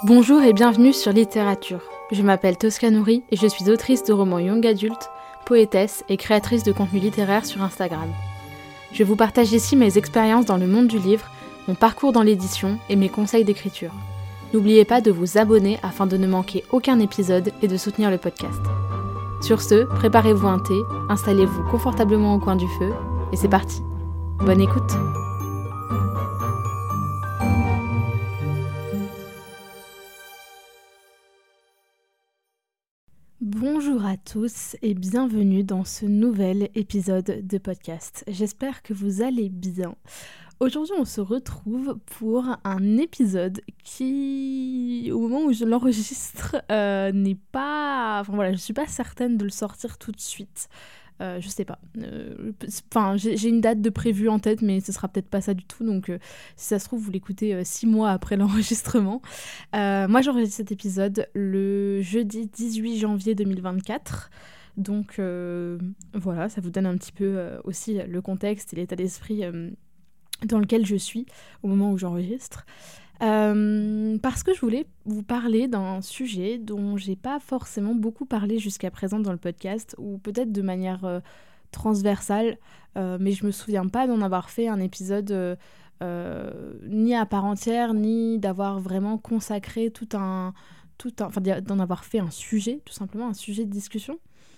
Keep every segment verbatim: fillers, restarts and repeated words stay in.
Bonjour et bienvenue sur Littérature. Je m'appelle Tosca Nouri et je suis autrice de romans young adult, poétesse et créatrice de contenu littéraire sur Instagram. Je vous partage ici mes expériences dans le monde du livre, mon parcours dans l'édition et mes conseils d'écriture. N'oubliez pas de vous abonner afin de ne manquer aucun épisode et de soutenir le podcast. Sur ce, préparez-vous un thé, installez-vous confortablement au coin du feu et c'est parti. Bonne écoute. Bonjour à tous et bienvenue dans ce nouvel épisode de podcast. J'espère que vous allez bien. Aujourd'hui, on se retrouve pour un épisode qui, au moment où je l'enregistre, euh, n'est pas... Enfin voilà, je suis pas certaine de le sortir tout de suite. Euh, je sais pas. Euh, Enfin, j'ai, j'ai une date de prévu en tête, mais ce sera peut-être pas ça du tout. Donc, euh, si ça se trouve, vous l'écoutez euh, six mois après l'enregistrement. Euh, moi, j'enregistre cet épisode le jeudi dix-huit janvier deux mille vingt-quatre. Donc, euh, voilà, ça vous donne un petit peu euh, aussi le contexte et l'état d'esprit euh, dans lequel je suis au moment où j'enregistre. Euh, parce que je voulais vous parler d'un sujet dont j'ai pas forcément beaucoup parlé jusqu'à présent dans le podcast, ou peut-être de manière euh, transversale, euh, mais je me souviens pas d'en avoir fait un épisode euh, euh, ni à part entière, ni d'avoir vraiment consacré tout un, tout un, enfin d'en avoir fait un sujet, tout simplement un sujet de discussion.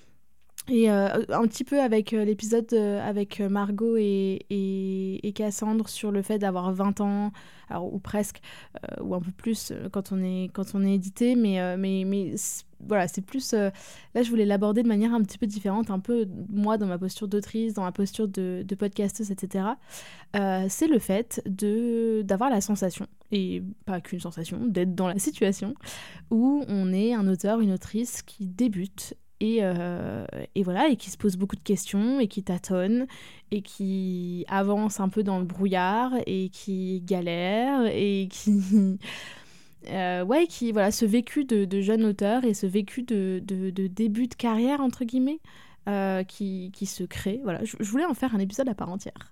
Et euh, un petit peu avec euh, l'épisode euh, avec Margot et, et, et Cassandre sur le fait d'avoir vingt ans, alors, ou presque, euh, ou un peu plus euh, quand on est, quand on est édité, mais, euh, mais, mais c'est, voilà, c'est plus... Euh, là, je voulais l'aborder de manière un petit peu différente, un peu, moi, dans ma posture d'autrice, dans ma posture de, de podcasteuse, et cetera. Euh, c'est le fait de, d'avoir la sensation, et pas qu'une sensation, d'être dans la situation où on est un auteur, une autrice qui débute, Et, euh, et voilà, et qui se pose beaucoup de questions, et qui tâtonne, et qui avance un peu dans le brouillard, et qui galère, et qui... euh, ouais, qui, voilà, ce vécu de, de jeune auteur, et ce vécu de, de, de début de carrière, entre guillemets, euh, qui, qui se crée. Voilà, je, je voulais en faire un épisode à part entière.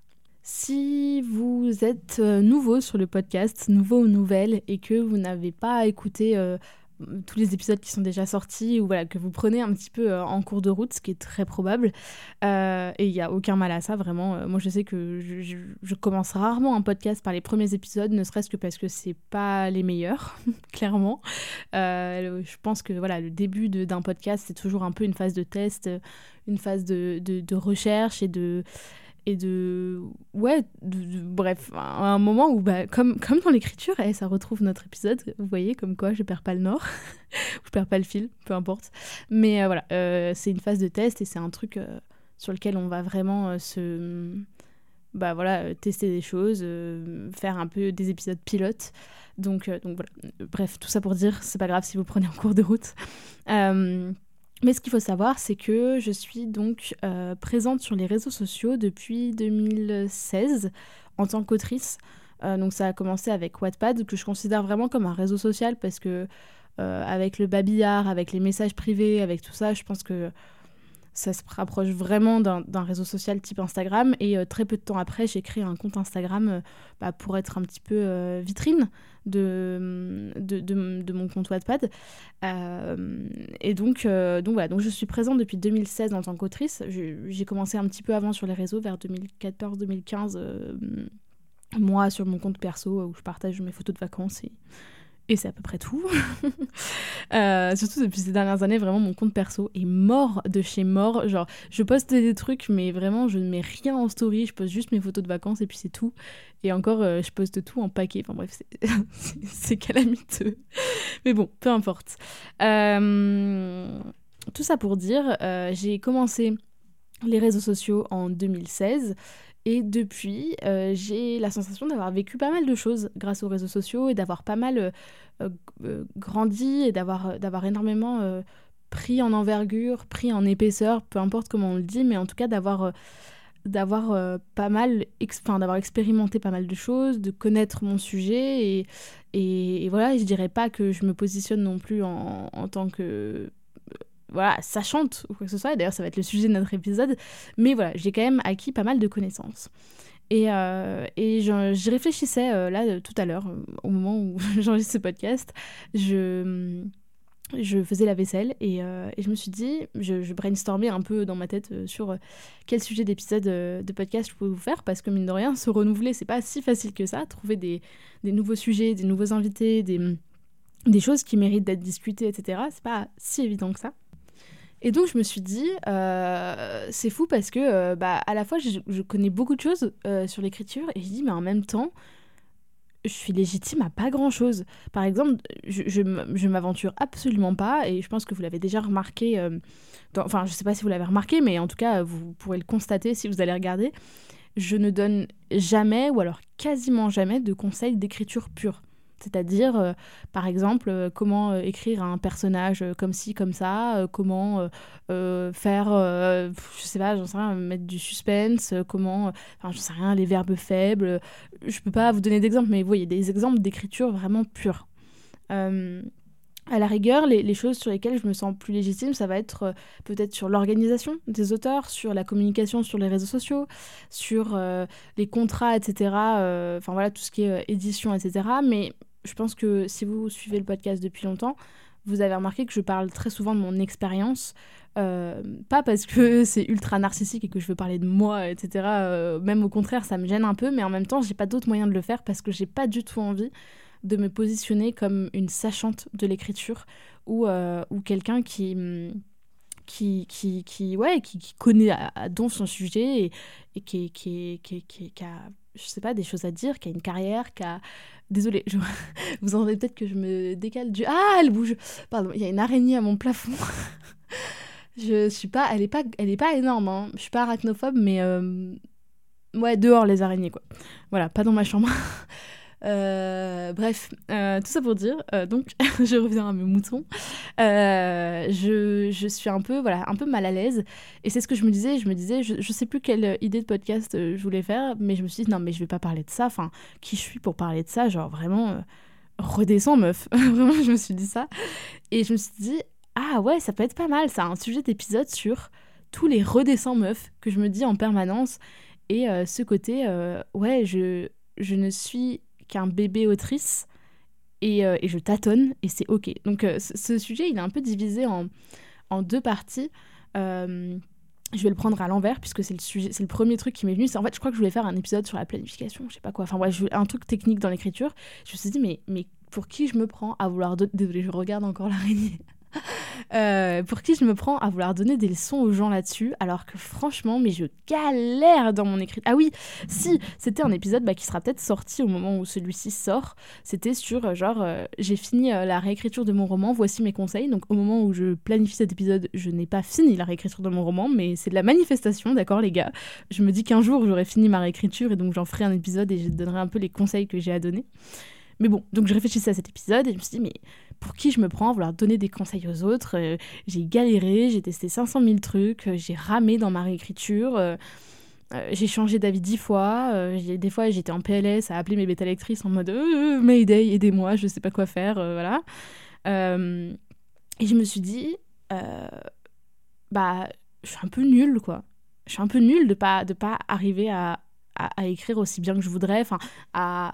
Si vous êtes nouveau sur le podcast, nouveau aux nouvelles, et que vous n'avez pas écouté... Euh, tous les épisodes qui sont déjà sortis, ou voilà, que vous prenez un petit peu euh, en cours de route, ce qui est très probable. Euh, et il n'y a aucun mal à ça, vraiment. Euh, moi, je sais que je, je, je commence rarement un podcast par les premiers épisodes, ne serait-ce que parce que c'est pas les meilleurs, clairement. Euh, je pense que voilà, le début de, d'un podcast, c'est toujours un peu une phase de test, une phase de, de, de recherche et de... et de... Ouais, de, de, bref, à un moment où, bah, comme, comme dans l'écriture, eh, ça retrouve notre épisode, vous voyez, comme quoi je perds pas le nord, je perds pas le fil, peu importe. Mais euh, voilà, euh, c'est une phase de test et c'est un truc euh, sur lequel on va vraiment euh, se... Bah voilà, euh, tester des choses, euh, faire un peu des épisodes pilotes. Donc, euh, donc voilà, bref, tout ça pour dire, c'est pas grave si vous prenez en cours de route. Euh... Mais ce qu'il faut savoir, c'est que je suis donc euh, présente sur les réseaux sociaux depuis deux mille seize en tant qu'autrice. Euh, donc ça a commencé avec Wattpad, que je considère vraiment comme un réseau social parce que euh, avec le babillard, avec les messages privés, avec tout ça, je pense que ça se rapproche vraiment d'un, d'un réseau social type Instagram. Et euh, très peu de temps après, j'ai créé un compte Instagram euh, bah, pour être un petit peu euh, vitrine de, de, de, de mon compte Wattpad. Euh, et donc, euh, donc voilà, donc je suis présente depuis deux mille seize en tant qu'autrice. Je, j'ai commencé un petit peu avant sur les réseaux, vers deux mille quatorze deux mille quinze, euh, moi sur mon compte perso, où je partage mes photos de vacances et... Et c'est à peu près tout. euh, surtout depuis ces dernières années, vraiment, mon compte perso est mort de chez mort. Genre, je poste des trucs, mais vraiment, je ne mets rien en story. Je poste juste mes photos de vacances et puis c'est tout. Et encore, euh, je poste tout en paquet. Enfin bref, c'est, c'est, c'est calamiteux. Mais bon, peu importe. Euh, tout ça pour dire, euh, j'ai commencé les réseaux sociaux en deux mille seize. Et depuis, euh, j'ai la sensation d'avoir vécu pas mal de choses grâce aux réseaux sociaux et d'avoir pas mal euh, euh, grandi et d'avoir, euh, d'avoir énormément euh, pris en envergure, pris en épaisseur, peu importe comment on le dit, mais en tout cas d'avoir, euh, d'avoir euh, pas mal, ex- enfin, d'avoir expérimenté pas mal de choses, de connaître mon sujet. Et, et, et voilà, et je dirais pas que je me positionne non plus en, en tant que... voilà, sachante ou quoi que ce soit, et d'ailleurs ça va être le sujet de notre épisode, mais voilà, j'ai quand même acquis pas mal de connaissances. Et, euh, et je- j'y réfléchissais euh, là euh, tout à l'heure, euh, au moment où j'enregistre ce podcast. Je, je faisais la vaisselle et, euh, et je me suis dit, je, je brainstormais un peu dans ma tête euh, sur euh, quel sujet d'épisode euh, de podcast je pouvais vous faire, parce que mine de rien, se renouveler, c'est pas si facile que ça. Trouver des, des nouveaux sujets, des nouveaux invités, des, des choses qui méritent d'être discutées, et cetera, c'est pas si évident que ça. Et donc je me suis dit, euh, c'est fou parce que euh, bah, à la fois je, je connais beaucoup de choses euh, sur l'écriture et je dis, mais en même temps, je suis légitime à pas grand-chose. Par exemple, je, je, m- je m'aventure absolument pas, et je pense que vous l'avez déjà remarqué, euh, dans- enfin je sais pas si vous l'avez remarqué, mais en tout cas vous pourrez le constater si vous allez regarder, je ne donne jamais, ou alors quasiment jamais, de conseils d'écriture pure. C'est-à-dire, euh, par exemple, euh, comment euh, écrire un personnage euh, comme ci, comme ça, euh, comment euh, euh, faire, euh, pff, je sais pas, j'en sais rien, mettre du suspense, euh, comment, euh, enfin, j'en sais rien, les verbes faibles. euh, Je peux pas vous donner d'exemples, mais vous voyez, des exemples d'écriture vraiment pure. Euh, à la rigueur, les, les choses sur lesquelles je me sens plus légitime, ça va être euh, peut-être sur l'organisation des auteurs, sur la communication sur les réseaux sociaux, sur euh, les contrats, et cetera. euh, Enfin voilà, tout ce qui est euh, édition, et cetera. Mais je pense que si vous suivez le podcast depuis longtemps, vous avez remarqué que je parle très souvent de mon expérience. euh, pas parce que c'est ultra narcissique et que je veux parler de moi, et cetera. euh, même au contraire, ça me gêne un peu, mais en même temps, j'ai pas d'autre moyen de le faire parce que j'ai pas du tout envie de me positionner comme une sachante de l'écriture ou, euh, ou quelqu'un qui, hum, qui, qui, qui, ouais, qui, qui connaît à, à don son sujet et, et qui, qui, qui, qui, qui a, je sais pas, des choses à dire, qui a une carrière, qui a... Désolée, je... vous entendez peut-être que je me décale du... Ah, elle bouge. Pardon, il y a une araignée à mon plafond. Je suis pas... Elle est pas, elle est pas énorme, hein. Je suis pas arachnophobe, mais... euh, Ouais, dehors les araignées, quoi. Voilà, pas dans ma chambre. Euh, bref, euh, tout ça pour dire, euh, donc je reviens à mes moutons. Euh, je, je suis un peu, voilà, un peu mal à l'aise, et c'est ce que je me disais. Je me disais, je, je sais plus quelle idée de podcast euh, je voulais faire, mais je me suis dit non, mais je vais pas parler de ça. Enfin, qui je suis pour parler de ça? Genre vraiment, euh, redescends meuf. Vraiment, je me suis dit ça, et je me suis dit ah ouais, ça peut être pas mal. Ça, un sujet d'épisode sur tous les redescends meufs que je me dis en permanence, et euh, ce côté, euh, ouais, je, je ne suis qu'un bébé autrice et, euh, et je tâtonne et c'est ok. Donc euh, ce, ce sujet il est un peu divisé en, en deux parties. Euh, je vais le prendre à l'envers puisque c'est le sujet, c'est le premier truc qui m'est venu. C'est, en fait, je crois que je voulais faire un épisode sur la planification, je sais pas quoi. Enfin ouais, je, un truc technique dans l'écriture. Je me suis dit mais mais pour qui je me prends à vouloir donner... Désolée, je regarde encore l'araignée. Euh, pour qui je me prends à vouloir donner des leçons aux gens là-dessus, alors que franchement, mais je galère dans mon écriture. Ah oui, si, c'était un épisode bah, qui sera peut-être sorti au moment où celui-ci sort. C'était sur, euh, genre, euh, j'ai fini euh, la réécriture de mon roman, voici mes conseils. Donc au moment où je planifie cet épisode, je n'ai pas fini la réécriture de mon roman, mais c'est de la manifestation, d'accord les gars. Je me dis qu'un jour, j'aurai fini ma réécriture et donc j'en ferai un épisode et je donnerai un peu les conseils que j'ai à donner. Mais bon, donc je réfléchissais à cet épisode et je me suis dit, mais pour qui je me prends à vouloir donner des conseils aux autres? Euh, J'ai galéré, j'ai testé cinq cent mille trucs, euh, j'ai ramé dans ma réécriture, euh, euh, j'ai changé d'avis dix fois, euh, j'ai- des fois j'étais en P L S à appeler mes bêta lectrices en mode euh, Mayday, aidez-moi, je sais pas quoi faire, euh, voilà. Euh, et je me suis dit, euh, bah, je suis un peu nulle, quoi. Je suis un peu nulle de pas, de pas arriver à, à, à écrire aussi bien que je voudrais, enfin, à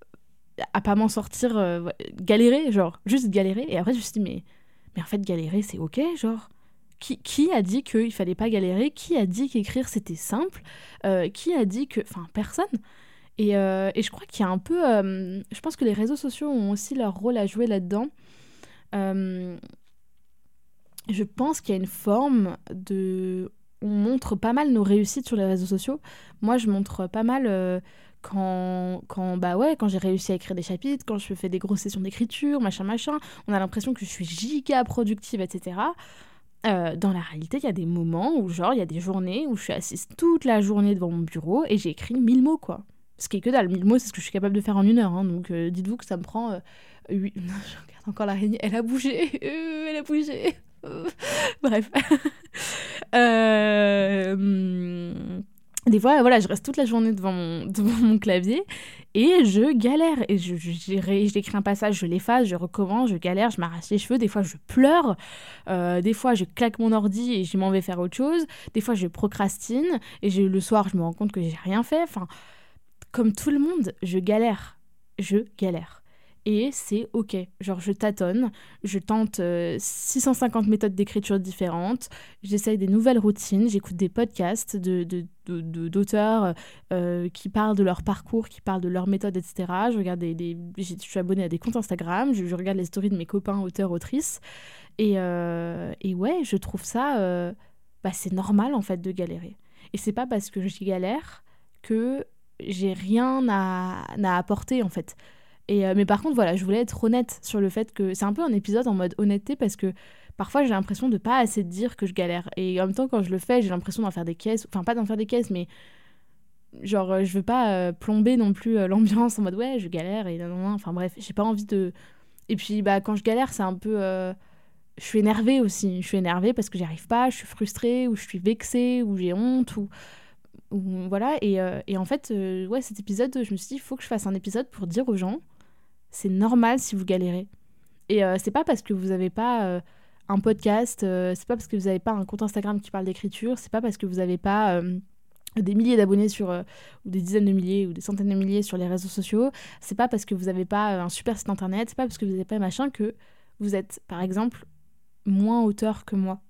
à pas m'en sortir, euh, ouais, galérer, genre, juste galérer. Et après, je me suis dit, mais, mais en fait, galérer, c'est ok, genre. Qui, qui a dit qu'il fallait pas galérer? Qui a dit qu'écrire, c'était simple? Euh, Qui a dit que... Enfin, personne. Et, euh, et je crois qu'il y a un peu... euh, je pense que les réseaux sociaux ont aussi leur rôle à jouer là-dedans. Euh, je pense qu'il y a une forme de... On montre pas mal nos réussites sur les réseaux sociaux. Moi, je montre pas mal euh, quand, quand, bah ouais, quand j'ai réussi à écrire des chapitres, quand je fais des grosses sessions d'écriture, machin, machin. On a l'impression que je suis giga productive, et cetera. Euh, dans la réalité, il y a des moments où, genre, il y a des journées où je suis assise toute la journée devant mon bureau et j'ai écrit mille mots, quoi. Ce qui est que dalle. mille mots, c'est ce que je suis capable de faire en une heure. Hein. Donc, euh, dites-vous que ça me prend... Euh, huit... Je regarde encore l'araignée. Elle a bougé. Euh, elle a bougé. Euh, Bref. Euh, hum, Des fois, voilà, je reste toute la journée devant mon, devant mon clavier et je galère. Et je, je, j'écris j'écris un passage, je l'efface, je recommence, je galère, je m'arrache les cheveux. Des fois, je pleure. Euh, des fois, je claque mon ordi et je m'en vais faire autre chose. Des fois, je procrastine et je, le soir, je me rends compte que j'ai rien fait. Enfin, comme tout le monde, je galère. Je galère. Et c'est ok, genre je tâtonne, je tente euh, six cent cinquante méthodes d'écriture différentes, j'essaye des nouvelles routines, j'écoute des podcasts de, de, de, de- d'auteurs euh, qui parlent de leur parcours, qui parlent de leur méthode, et cetera. Je regarde des, des- je suis abonnée à des comptes Instagram, je, je regarde les stories de mes copains auteurs, autrices, et, euh, et ouais, je trouve ça, euh, bah, c'est normal en fait de galérer. Et c'est pas parce que je galère que j'ai rien à, à apporter en fait. Et, euh, mais par contre, voilà, je voulais être honnête sur le fait que c'est un peu un épisode en mode honnêteté parce que parfois j'ai l'impression de pas assez dire que je galère. Et en même temps, quand je le fais, j'ai l'impression d'en faire des caisses. Enfin, pas d'en faire des caisses, mais genre, euh, je veux pas euh, plomber non plus euh, l'ambiance en mode ouais, je galère et nan, nan, nan. Enfin bref, j'ai pas envie de. Et puis, bah, quand je galère, c'est un peu. euh, Je suis énervée aussi. Je suis énervée parce que j'y arrive pas, je suis frustrée, ou je suis vexée, ou j'ai honte, ou. ou voilà. Et, euh, et en fait, euh, ouais, cet épisode, je me suis dit, il faut que je fasse un épisode pour dire aux gens c'est normal si vous galérez. Et euh, c'est pas parce que vous avez pas euh, un podcast, euh, c'est pas parce que vous avez pas un compte Instagram qui parle d'écriture, c'est pas parce que vous avez pas euh, des milliers d'abonnés sur euh, ou des dizaines de milliers ou des centaines de milliers sur les réseaux sociaux, c'est pas parce que vous avez pas euh, un super site internet, c'est pas parce que vous avez pas machin que vous êtes par exemple moins auteur que moi.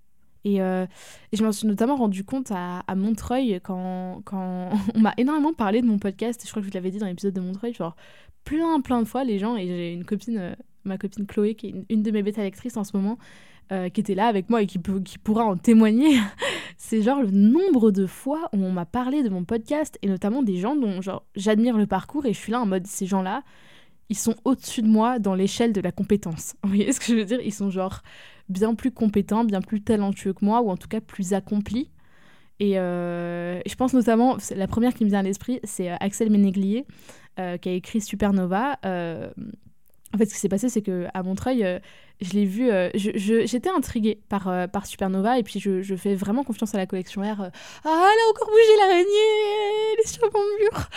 Et, euh, et je m'en suis notamment rendu compte à, à Montreuil quand, quand on m'a énormément parlé de mon podcast. Je crois que je vous l'avais dit dans l'épisode de Montreuil, genre plein plein de fois les gens, et j'ai une copine, euh, ma copine Chloé, qui est une, une de mes bêta lectrices en ce moment, euh, qui était là avec moi et qui, peut, qui pourra en témoigner. C'est genre le nombre de fois où on m'a parlé de mon podcast, et notamment des gens dont genre j'admire le parcours, et je suis là en mode ces gens-là, ils sont au-dessus de moi dans l'échelle de la compétence. Vous voyez ce que je veux dire? Ils sont genre bien plus compétents, bien plus talentueux que moi, ou en tout cas plus accomplis. Et euh, je pense notamment, la première qui me vient à l'esprit, c'est euh, Axel Ménéglier, euh, qui a écrit Supernova. Euh, en fait, ce qui s'est passé, c'est qu'à Montreuil, euh, je l'ai vu, euh, je, je- j'étais intriguée par, euh, par Supernova, et puis je, je fais vraiment confiance à la collection R. euh, ah, elle a encore bougé l'araignée, elle est sur mon mur.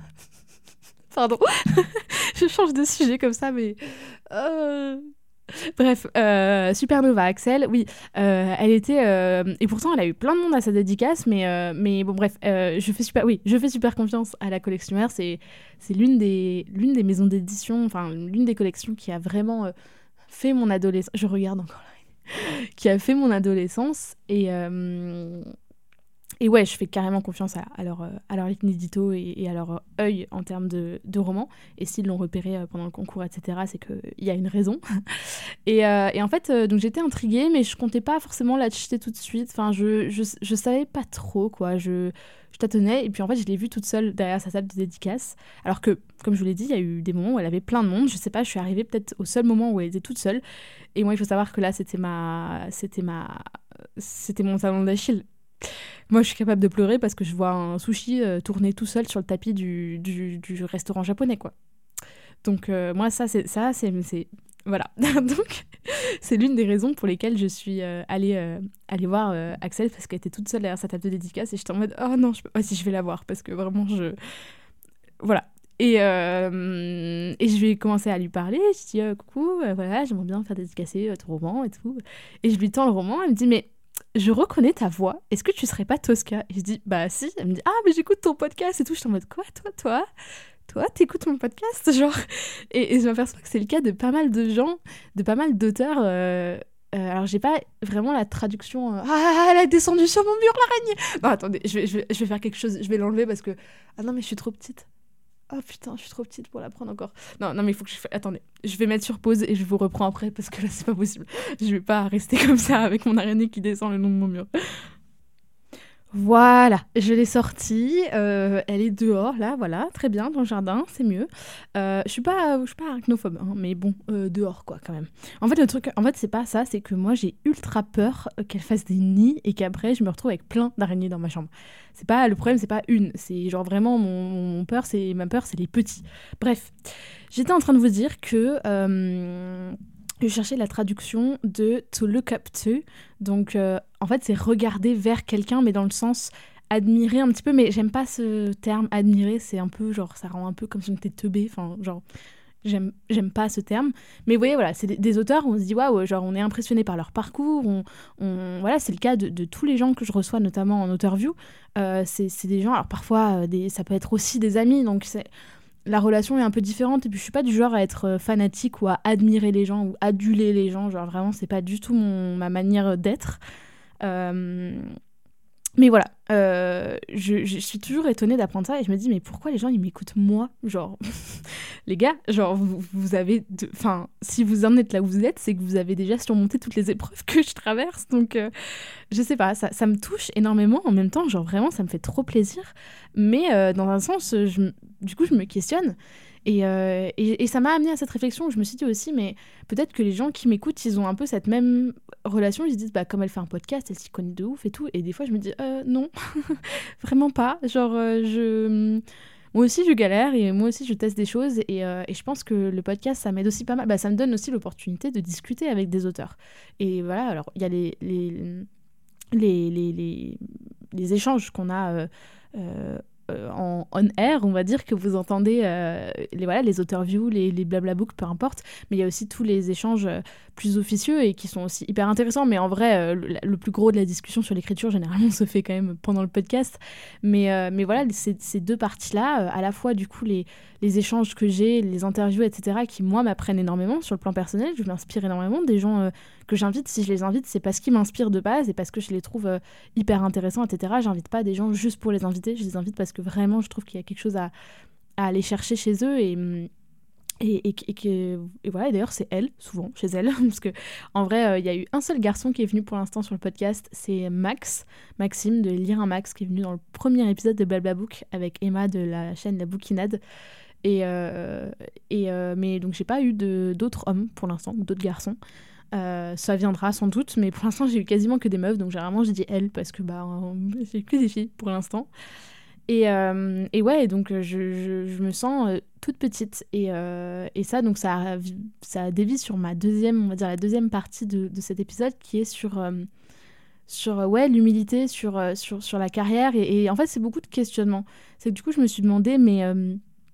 Pardon, je change de sujet comme ça, mais... euh, Bref, euh, Supernova Axel, oui, euh, elle était euh, et pourtant elle a eu plein de monde à sa dédicace, mais euh, mais bon bref, euh, je fais super, oui, je fais super confiance à la collection R. C'est c'est l'une des l'une des maisons d'édition, enfin l'une des collections qui a vraiment euh, fait mon adolescence. Je regarde encore là, qui a fait mon adolescence et euh, et ouais, je fais carrément confiance à, à leur, euh, à leur ligne édito et, et à leur euh, œil en termes de, de romans. Et s'ils l'ont repéré euh, pendant le concours, et cetera, c'est qu'il y a une raison. Et, euh, et en fait, euh, donc j'étais intriguée, mais je comptais pas forcément l'acheter tout de suite. Enfin, je, je, je savais pas trop, quoi. Je, je tâtonnais. Et puis en fait, je l'ai vue toute seule derrière sa table de dédicace. Alors que, comme je vous l'ai dit, il y a eu des moments où elle avait plein de monde. Je sais pas, je suis arrivée peut-être au seul moment où elle était toute seule. Et moi, il faut savoir que là, c'était ma, c'était ma, c'était mon talon d'Achille. Moi, je suis capable de pleurer parce que je vois un sushi euh, tourner tout seul sur le tapis du, du, du restaurant japonais, quoi. Donc, euh, moi, ça, c'est... Ça, c'est, c'est... Voilà. Donc, c'est l'une des raisons pour lesquelles je suis euh, allée, euh, allée voir euh, Axel, parce qu'elle était toute seule derrière sa table de dédicace et j'étais en mode « Oh non, je peux... oh, si, je vais la voir, parce que vraiment, je... » Voilà. Et, euh, et je vais commencer à lui parler. Je dis euh, coucou, euh, voilà, j'aimerais bien faire dédicacer euh, ton roman et tout. Et je lui tends le roman. Elle me dit mais je reconnais ta voix. Est-ce que tu serais pas Tosca? Et je dis bah si. Elle me dit ah mais j'écoute ton podcast et tout. Je suis en mode quoi toi toi toi t'écoutes mon podcast genre. Et, et je m'aperçois que c'est le cas de pas mal de gens, de pas mal d'auteurs. Euh, euh, alors j'ai pas vraiment la traduction. euh, ah elle a descendu sur mon mur l'araignée. Non attendez, je vais, je vais, je vais faire quelque chose. Je vais l'enlever parce que ah non mais je suis trop petite. Oh putain, je suis trop petite pour la prendre encore. Non, non, mais il faut que je... fa- Attendez, je vais mettre sur pause et je vous reprends après parce que là, c'est pas possible. Je vais pas rester comme ça avec mon araignée qui descend le long de mon mur. Voilà, je l'ai sortie. Euh, elle est dehors, là, voilà, très bien, dans le jardin, c'est mieux. Euh, je suis pas, je suis pas arachnophobe, hein, mais bon, euh, dehors, quoi, quand même. En fait, le truc, en fait, c'est pas ça, c'est que moi, j'ai ultra peur qu'elle fasse des nids et qu'après, je me retrouve avec plein d'araignées dans ma chambre. C'est pas, le problème, c'est pas une, c'est genre vraiment, mon, mon peur, c'est, ma peur, c'est les petits. Bref, j'étais en train de vous dire que... euh, je cherchais la traduction de to look up to. Donc, euh, en fait, c'est regarder vers quelqu'un, mais dans le sens admirer un petit peu. Mais j'aime pas ce terme admirer, c'est un peu genre, ça rend un peu comme si on était teubé. Enfin, genre, J'aime, j'aime pas ce terme, mais vous voyez, voilà, c'est des, des auteurs où on se dit waouh, genre on est impressionné par leur parcours, on, on, voilà, c'est le cas de, de tous les gens que je reçois, notamment en authorview. Euh, c'est, c'est des gens, alors parfois, euh, des, ça peut être aussi des amis, donc c'est, la relation est un peu différente, et puis je suis pas du genre à être euh, fanatique ou à admirer les gens ou aduler les gens, genre vraiment, c'est pas du tout mon, ma manière d'être. Euh, Mais voilà, euh, je, je suis toujours étonnée d'apprendre ça et je me dis mais pourquoi les gens ils m'écoutent moi? Genre, les gars, genre vous, vous avez... de- Enfin, si vous en êtes là où vous êtes, c'est que vous avez déjà surmonté toutes les épreuves que je traverse. Donc, euh, je sais pas, ça, ça me touche énormément. En même temps, genre vraiment, ça me fait trop plaisir. Mais euh, dans un sens, je, m- du coup, je me questionne. Et, euh, et, et ça m'a amené à cette réflexion où je me suis dit aussi, mais peut-être que les gens qui m'écoutent, ils ont un peu cette même relation. Ils se disent, bah, comme elle fait un podcast, elle s'y connaît de ouf et tout. Et des fois, je me dis, euh, non, vraiment pas. Genre, euh, je... Moi aussi, je galère et moi aussi, je teste des choses. Et, euh, et je pense que le podcast, ça m'aide aussi pas mal. Bah, ça me donne aussi l'opportunité de discuter avec des auteurs. Et voilà, alors, il y a les, les, les, les, les, les échanges qu'on a euh, euh, euh, en on air, on va dire, que vous entendez, euh, les, voilà, les authorviews, les, les blabla-books, peu importe, mais il y a aussi tous les échanges euh, plus officieux et qui sont aussi hyper intéressants, mais en vrai, euh, le, le plus gros de la discussion sur l'écriture, généralement, se fait quand même pendant le podcast, mais, euh, mais voilà, ces, ces deux parties-là, euh, à la fois, du coup, les, les échanges que j'ai, les interviews, et cetera, qui, moi, m'apprennent énormément sur le plan personnel, je m'inspire énormément des gens euh, que j'invite. Si je les invite, c'est parce qu'ils m'inspirent de base et parce que je les trouve euh, hyper intéressants, et cetera. J'invite pas des gens juste pour les inviter, je les invite parce que vraiment je trouve qu'il y a quelque chose à, à aller chercher chez eux et, et, et, et que et voilà. Et d'ailleurs c'est elle, souvent chez elle, parce que en vrai il euh, y a eu un seul garçon qui est venu pour l'instant sur le podcast, c'est Max, Maxime de Lire un Max, qui est venu dans le premier épisode de Blabla Book avec Emma de la chaîne La Bouquinade. Et, euh, et euh, mais donc j'ai pas eu de, d'autres hommes pour l'instant, ou d'autres garçons. Euh, ça viendra sans doute, mais pour l'instant j'ai eu quasiment que des meufs, donc généralement j'ai dit elle parce que bah euh, j'ai que des filles pour l'instant. Et, euh, et ouais, donc je, je, je me sens euh, toute petite et, euh, et ça donc ça ça dévie sur ma deuxième, on va dire la deuxième partie de, de cet épisode qui est sur euh, sur euh, ouais l'humilité, sur euh, sur sur la carrière et, et en fait c'est beaucoup de questionnements. C'est que du coup je me suis demandé mais euh,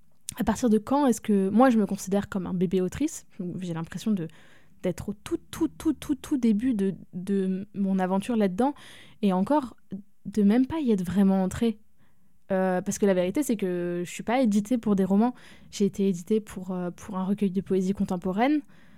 à partir de quand est-ce que moi je me considère comme un bébé autrice? J'ai l'impression de d'être au tout, tout, tout, tout, tout début de, de mon aventure là-dedans, et encore de même pas y être vraiment entrée. Euh, parce que la vérité, c'est que je suis pas éditée pour des romans. J'ai été éditée pour, euh, pour un recueil de poésie contemporaine.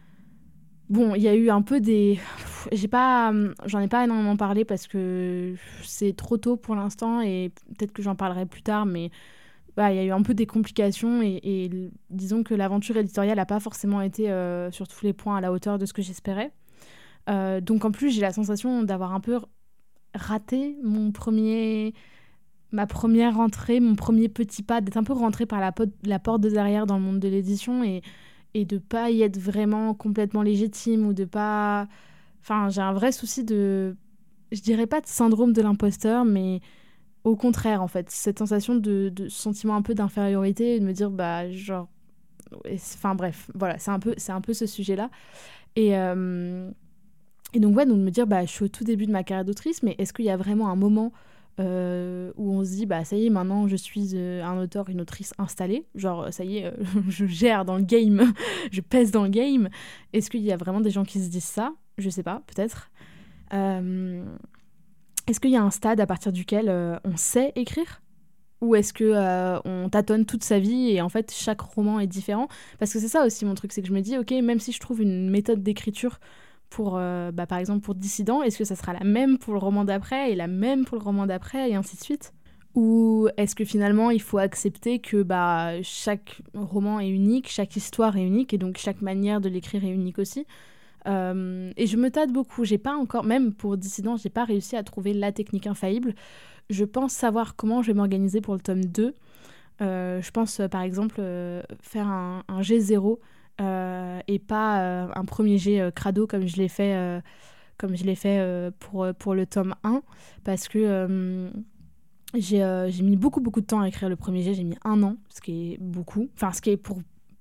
Bon, il y a eu un peu des... J'ai pas... J'en ai pas énormément parlé parce que c'est trop tôt pour l'instant, et peut-être que j'en parlerai plus tard, mais bah, il y a eu un peu des complications et, et disons que l'aventure éditoriale n'a pas forcément été euh, sur tous les points à la hauteur de ce que j'espérais. Euh, donc en plus, j'ai la sensation d'avoir un peu raté mon premier, ma première rentrée, mon premier petit pas, d'être un peu rentrée par la, pot- la porte de derrière dans le monde de l'édition et, et de pas y être vraiment complètement légitime ou de pas... Enfin, j'ai un vrai souci de... Je dirais pas de syndrome de l'imposteur, mais au contraire, en fait, cette sensation de, de sentiment un peu d'infériorité et de me dire, bah, genre, enfin bref, voilà, c'est un peu, c'est un peu ce sujet-là. Et, euh, et donc, ouais, donc de me dire, bah, je suis au tout début de ma carrière d'autrice, mais est-ce qu'il y a vraiment un moment euh, où on se dit, bah, ça y est, maintenant, je suis euh, un auteur, une autrice installée, genre, ça y est, euh, je gère dans le game, je pèse dans le game. Est-ce qu'il y a vraiment des gens qui se disent ça? Je sais pas, peut-être. Euh, Est-ce qu'il y a un stade à partir duquel euh, on sait écrire? Ou est-ce que euh, on tâtonne toute sa vie et en fait chaque roman est différent? Parce que c'est ça aussi mon truc, c'est que je me dis ok, même si je trouve une méthode d'écriture pour euh, bah, par exemple pour Dissident, est-ce que ça sera la même pour le roman d'après et la même pour le roman d'après et ainsi de suite? Ou est-ce que finalement il faut accepter que bah, chaque roman est unique, chaque histoire est unique et donc chaque manière de l'écrire est unique aussi? Euh, et je me tâte beaucoup, j'ai pas encore, même pour Dissident, j'ai pas réussi à trouver la technique infaillible. Je pense savoir comment je vais m'organiser pour le tome deux. Euh, je pense, euh, par exemple, euh, faire un, un G zéro euh, et pas euh, un premier G euh, crado comme je l'ai fait, euh, comme je l'ai fait euh, pour, euh, pour le tome un. Parce que euh, j'ai, euh, j'ai mis beaucoup, beaucoup de temps à écrire le premier G. J'ai mis un an, ce qui est beaucoup. Enfin, ce qui est pour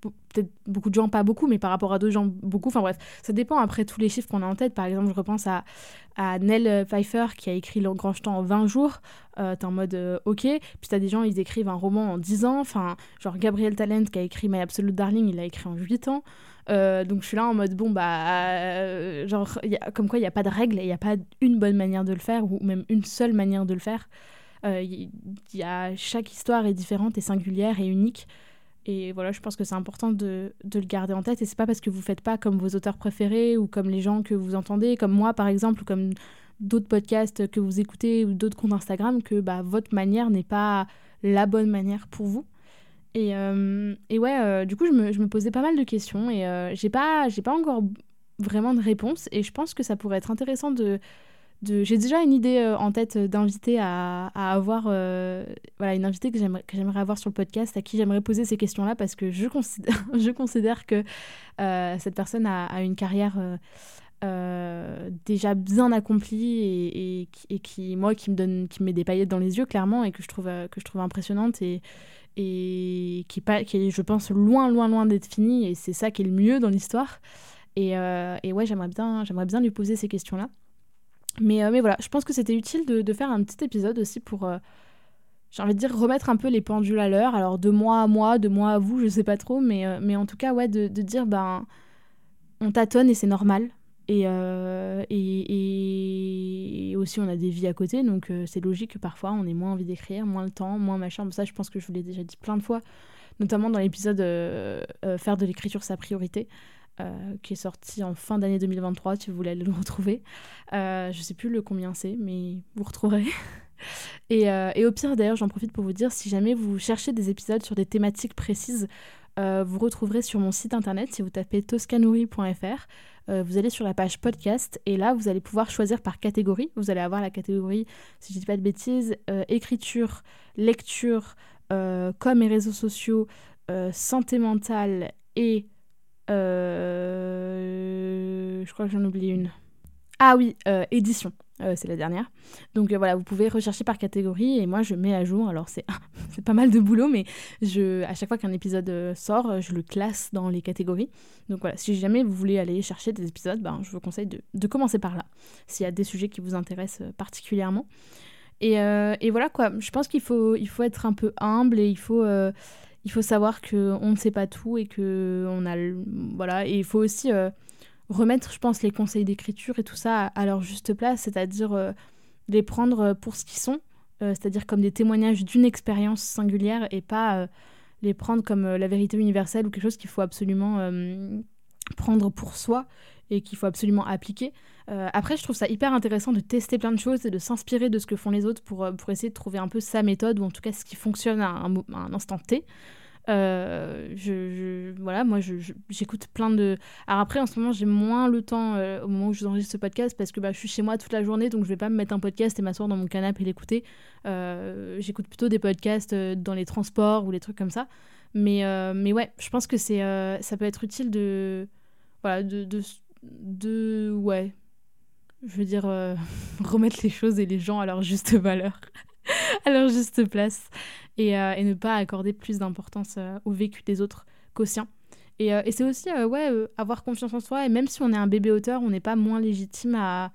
peut-être beaucoup de gens, pas beaucoup, mais par rapport à d'autres gens, beaucoup. Enfin bref, ça dépend après tous les chiffres qu'on a en tête. Par exemple, je repense à, à Nell Pfeiffer qui a écrit Le Grand Jetant en vingt jours. Euh, t'es en mode euh, ok. Puis t'as des gens, ils écrivent un roman en dix ans. Enfin, genre Gabriel Talent qui a écrit My Absolute Darling, il l'a écrit en huit ans. Euh, donc je suis là en mode bon bah euh, genre y a, comme quoi il n'y a pas de règle, il n'y a pas une bonne manière de le faire ou même une seule manière de le faire. Euh, y, y a, chaque histoire est différente et singulière et unique. Et voilà, je pense que c'est important de, de le garder en tête. Et c'est pas parce que vous faites pas comme vos auteurs préférés ou comme les gens que vous entendez, comme moi par exemple, ou comme d'autres podcasts que vous écoutez ou d'autres comptes Instagram, que bah, votre manière n'est pas la bonne manière pour vous. Et, euh, et ouais, euh, du coup, je me, je me posais pas mal de questions et euh, j'ai pas, j'ai pas encore vraiment de réponse. Et je pense que ça pourrait être intéressant de... de... J'ai déjà une idée euh, en tête d'invité à, à avoir... Euh, voilà, une invitée que j'aimerais, que j'aimerais avoir sur le podcast, à qui j'aimerais poser ces questions-là, parce que je considère, je considère que euh, cette personne a, a une carrière... Euh, euh, déjà bien accomplie et, et, et qui, moi, qui me donne, qui me met des paillettes dans les yeux, clairement, et que je trouve, euh, que je trouve impressionnante et et qui, pas, qui est, je pense, loin, loin, loin d'être fini, et c'est ça qui est le mieux dans l'histoire. Et, euh, et ouais, j'aimerais bien, j'aimerais bien lui poser ces questions-là. Mais, euh, mais voilà, je pense que c'était utile de, de faire un petit épisode aussi pour, euh, j'ai envie de dire, remettre un peu les pendules à l'heure. Alors, de moi à moi, de moi à vous, je sais pas trop, mais, euh, mais en tout cas, ouais, de, de dire, ben, on tâtonne et c'est normal. Et, euh, et, et aussi, on a des vies à côté, donc euh, c'est logique que parfois, on ait moins envie d'écrire, moins le temps, moins machin. Ça, je pense que je vous l'ai déjà dit plein de fois, notamment dans l'épisode euh, euh, Faire de l'écriture sa priorité, euh, qui est sorti en fin d'année deux mille vingt-trois, si vous voulez aller le retrouver. Euh, je sais plus le combien c'est, mais vous retrouverez. et, euh, et au pire, d'ailleurs, j'en profite pour vous dire, si jamais vous cherchez des épisodes sur des thématiques précises, euh, vous retrouverez sur mon site internet, si vous tapez toscanouri point f r, euh, vous allez sur la page podcast, et là, vous allez pouvoir choisir par catégorie. Vous allez avoir la catégorie, si je dis pas de bêtises, euh, écriture, lecture, euh, com et réseaux sociaux, euh, santé mentale et... Euh, je crois que j'en oublie une. Ah oui, euh, édition. Euh, c'est la dernière. Donc euh, voilà, vous pouvez rechercher par catégorie et moi je mets à jour. Alors c'est, c'est pas mal de boulot, mais je, à chaque fois qu'un épisode euh, sort, je le classe dans les catégories. Donc voilà, si jamais vous voulez aller chercher des épisodes, ben, je vous conseille de, de commencer par là, s'il y a des sujets qui vous intéressent particulièrement. Et, euh, et voilà quoi, je pense qu'il faut, il faut être un peu humble et il faut, euh, il faut savoir qu'on ne sait pas tout et que on a le, voilà, et il faut aussi... Euh, remettre, je pense, les conseils d'écriture et tout ça à leur juste place, c'est-à-dire euh, les prendre pour ce qu'ils sont, euh, c'est-à-dire comme des témoignages d'une expérience singulière et pas euh, les prendre comme euh, la vérité universelle ou quelque chose qu'il faut absolument euh, prendre pour soi et qu'il faut absolument appliquer. Euh, après, je trouve ça hyper intéressant de tester plein de choses et de s'inspirer de ce que font les autres pour, pour essayer de trouver un peu sa méthode ou en tout cas ce qui fonctionne à un, à un instant T. Euh, je, je, voilà, moi je, je, j'écoute plein de... Alors après, en ce moment, j'ai moins le temps euh, au moment où je vous enregistre ce podcast parce que bah, je suis chez moi toute la journée, donc je vais pas me mettre un podcast et m'asseoir dans mon canapé et l'écouter. Euh, j'écoute plutôt des podcasts euh, dans les transports ou les trucs comme ça. Mais, euh, mais ouais, je pense que c'est, euh, ça peut être utile de... Voilà, de... de, de ouais, je veux dire, euh, remettre les choses et les gens à leur juste valeur, à leur juste place. Et, euh, et ne pas accorder plus d'importance euh, au vécu des autres qu'au sien. Et, euh, et c'est aussi euh, ouais, euh, avoir confiance en soi, et même si on est un bébé auteur, on n'est pas moins légitime à,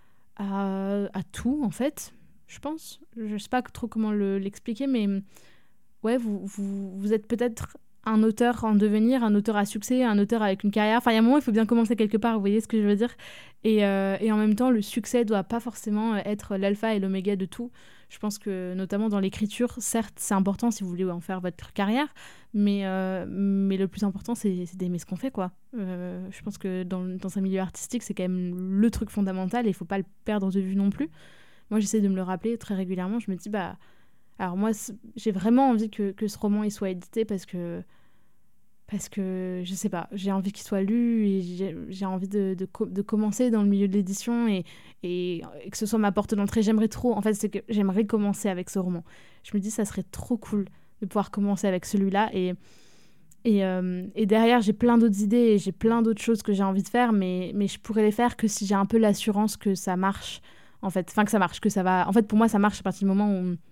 à, à tout, en fait, je pense. Je sais pas trop comment le, l'expliquer, mais ouais, vous, vous, vous êtes peut-être un auteur en devenir, un auteur à succès, un auteur avec une carrière. Enfin, il y a un moment, il faut bien commencer quelque part, vous voyez ce que je veux dire. Et, euh, et en même temps, le succès doit pas forcément être l'alpha et l'oméga de tout. Je pense que, notamment dans l'écriture, certes, c'est important si vous voulez en faire votre carrière, mais, euh, mais le plus important, c'est, c'est d'aimer ce qu'on fait, quoi. Euh, je pense que dans, dans un milieu artistique, c'est quand même le truc fondamental et il faut pas le perdre de vue non plus. Moi, j'essaie de me le rappeler très régulièrement. Je me dis, bah... Alors moi, j'ai vraiment envie que, que ce roman il soit édité parce que... Parce que, je sais pas, j'ai envie qu'il soit lu et j'ai, j'ai envie de, de, de commencer dans le milieu de l'édition et, et, et que ce soit ma porte d'entrée. J'aimerais trop, en fait, c'est que j'aimerais commencer avec ce roman. Je me dis, ça serait trop cool de pouvoir commencer avec celui-là. Et, et, euh, et derrière, j'ai plein d'autres idées et j'ai plein d'autres choses que j'ai envie de faire, mais, mais je pourrais les faire que si j'ai un peu l'assurance que ça marche, en fait. Enfin, que ça marche, que ça va... En fait, pour moi, ça marche à partir du moment où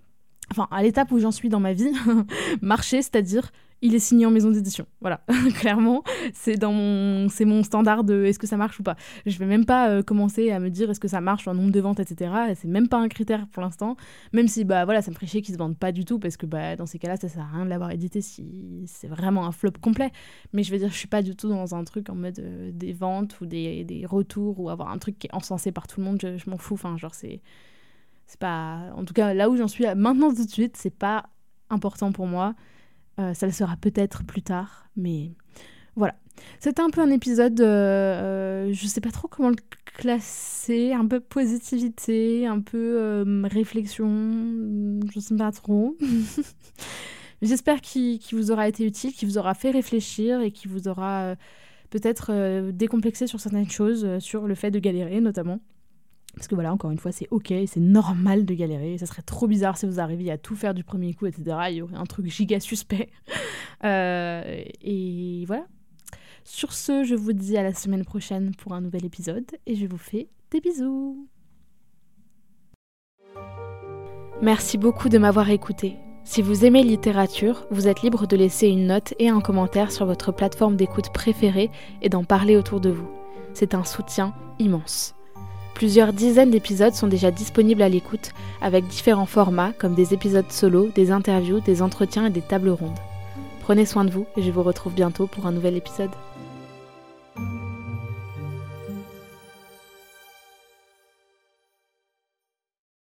enfin à l'étape où j'en suis dans ma vie, marché, c'est-à-dire il est signé en maison d'édition. Voilà, clairement, c'est dans mon, c'est mon standard de est-ce que ça marche ou pas. Je vais même pas euh, commencer à me dire est-ce que ça marche sur un nombre de ventes, et cetera. Et c'est même pas un critère pour l'instant, même si bah voilà, ça me ferait chier qu'ils se vendent pas du tout parce que bah dans ces cas-là, ça sert à rien de l'avoir édité si c'est vraiment un flop complet. Mais je veux dire, je suis pas du tout dans un truc en mode euh, des ventes ou des, des retours ou avoir un truc qui est encensé par tout le monde. Je, je m'en fous. Enfin, genre c'est, c'est pas, en tout cas là où j'en suis maintenant tout de suite, c'est pas important pour moi. Euh, ça le sera peut-être plus tard, mais voilà. C'était un peu un épisode, euh, euh, je sais pas trop comment le classer, un peu positivité, un peu euh, réflexion, je sais pas trop. J'espère qu'il, qu'il vous aura été utile, qu'il vous aura fait réfléchir et qu'il vous aura euh, peut-être euh, décomplexé sur certaines choses, euh, sur le fait de galérer notamment. Parce que voilà, encore une fois, c'est ok, c'est normal de galérer. Ça serait trop bizarre si vous arriviez à tout faire du premier coup, et cetera. Il y aurait un truc giga suspect. Euh, et voilà. Sur ce, je vous dis à la semaine prochaine pour un nouvel épisode. Et je vous fais des bisous. Merci beaucoup de m'avoir écouté. Si vous aimez littérature, vous êtes libre de laisser une note et un commentaire sur votre plateforme d'écoute préférée et d'en parler autour de vous. C'est un soutien immense. Plusieurs dizaines d'épisodes sont déjà disponibles à l'écoute, avec différents formats comme des épisodes solo, des interviews, des entretiens et des tables rondes. Prenez soin de vous et je vous retrouve bientôt pour un nouvel épisode.